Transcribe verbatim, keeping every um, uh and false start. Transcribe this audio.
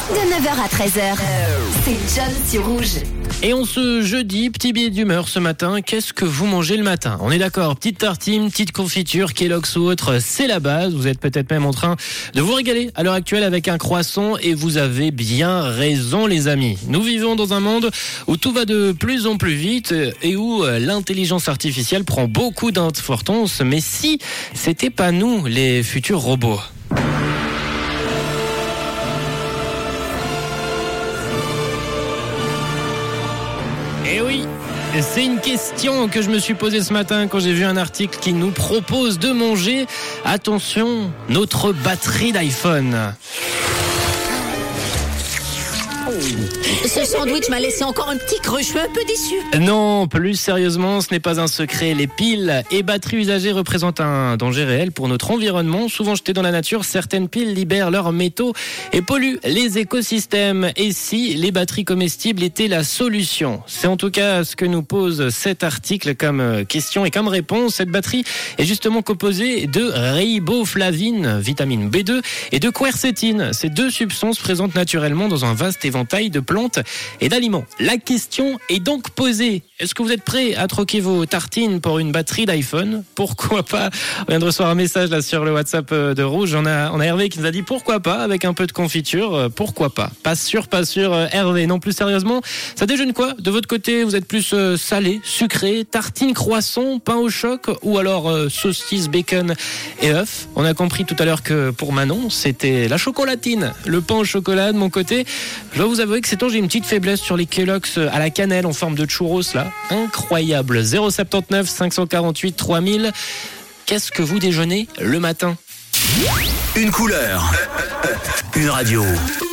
De neuf heures à treize heures, c'est John sur Rouge. Et on se jeudi, petit billet d'humeur ce matin, qu'est-ce que vous mangez le matin? On est d'accord, petite tartine, petite confiture, Kellogg's ou autre, c'est la base. Vous êtes peut-être même en train de vous régaler à l'heure actuelle avec un croissant et vous avez bien raison les amis. Nous vivons dans un monde où tout va de plus en plus vite et où l'intelligence artificielle prend beaucoup d'importance. Mais si c'était pas nous, les futurs robots? Eh oui, c'est une question que je me suis posée ce matin quand j'ai vu un article qui nous propose de manger, attention, notre batterie d'iPhone. Ce sandwich m'a laissé encore un petit creux, je suis un peu déçu. Non, plus sérieusement, ce n'est pas un secret. Les piles et batteries usagées représentent un danger réel pour notre environnement. Souvent jetées dans la nature, certaines piles libèrent leurs métaux et polluent les écosystèmes. Et si les batteries comestibles étaient la solution? C'est en tout cas ce que nous pose cet article comme question et comme réponse. Cette batterie est justement composée de riboflavine, vitamine B deux, et de quercétine. Ces deux substances présentes naturellement dans un vaste éventail de plantes et d'aliments. La question est donc posée. Est-ce que vous êtes prêts à troquer vos tartines pour une batterie d'iPhone? Pourquoi pas? On vient de recevoir un message là sur le WhatsApp de Rouge. On a, on a Hervé qui nous a dit pourquoi pas avec un peu de confiture. Pourquoi pas? Pas sûr, pas sûr, Hervé. Non, plus sérieusement, ça déjeune quoi? De votre côté, vous êtes plus euh, salé, sucré, tartine, croissant, pain au choc ou alors euh, saucisse, bacon et œufs? On a compris tout à l'heure que pour Manon, c'était la chocolatine. Le pain au chocolat de mon côté. Je dois vous avouer que ces temps, j'ai une petite faiblesse sur les Kellogg's à la cannelle en forme de churros là. Incroyable. zéro soixante-dix-neuf cinq cent quarante-huit trois mille. Qu'est-ce que vous déjeunez le matin? Une couleur, une radio.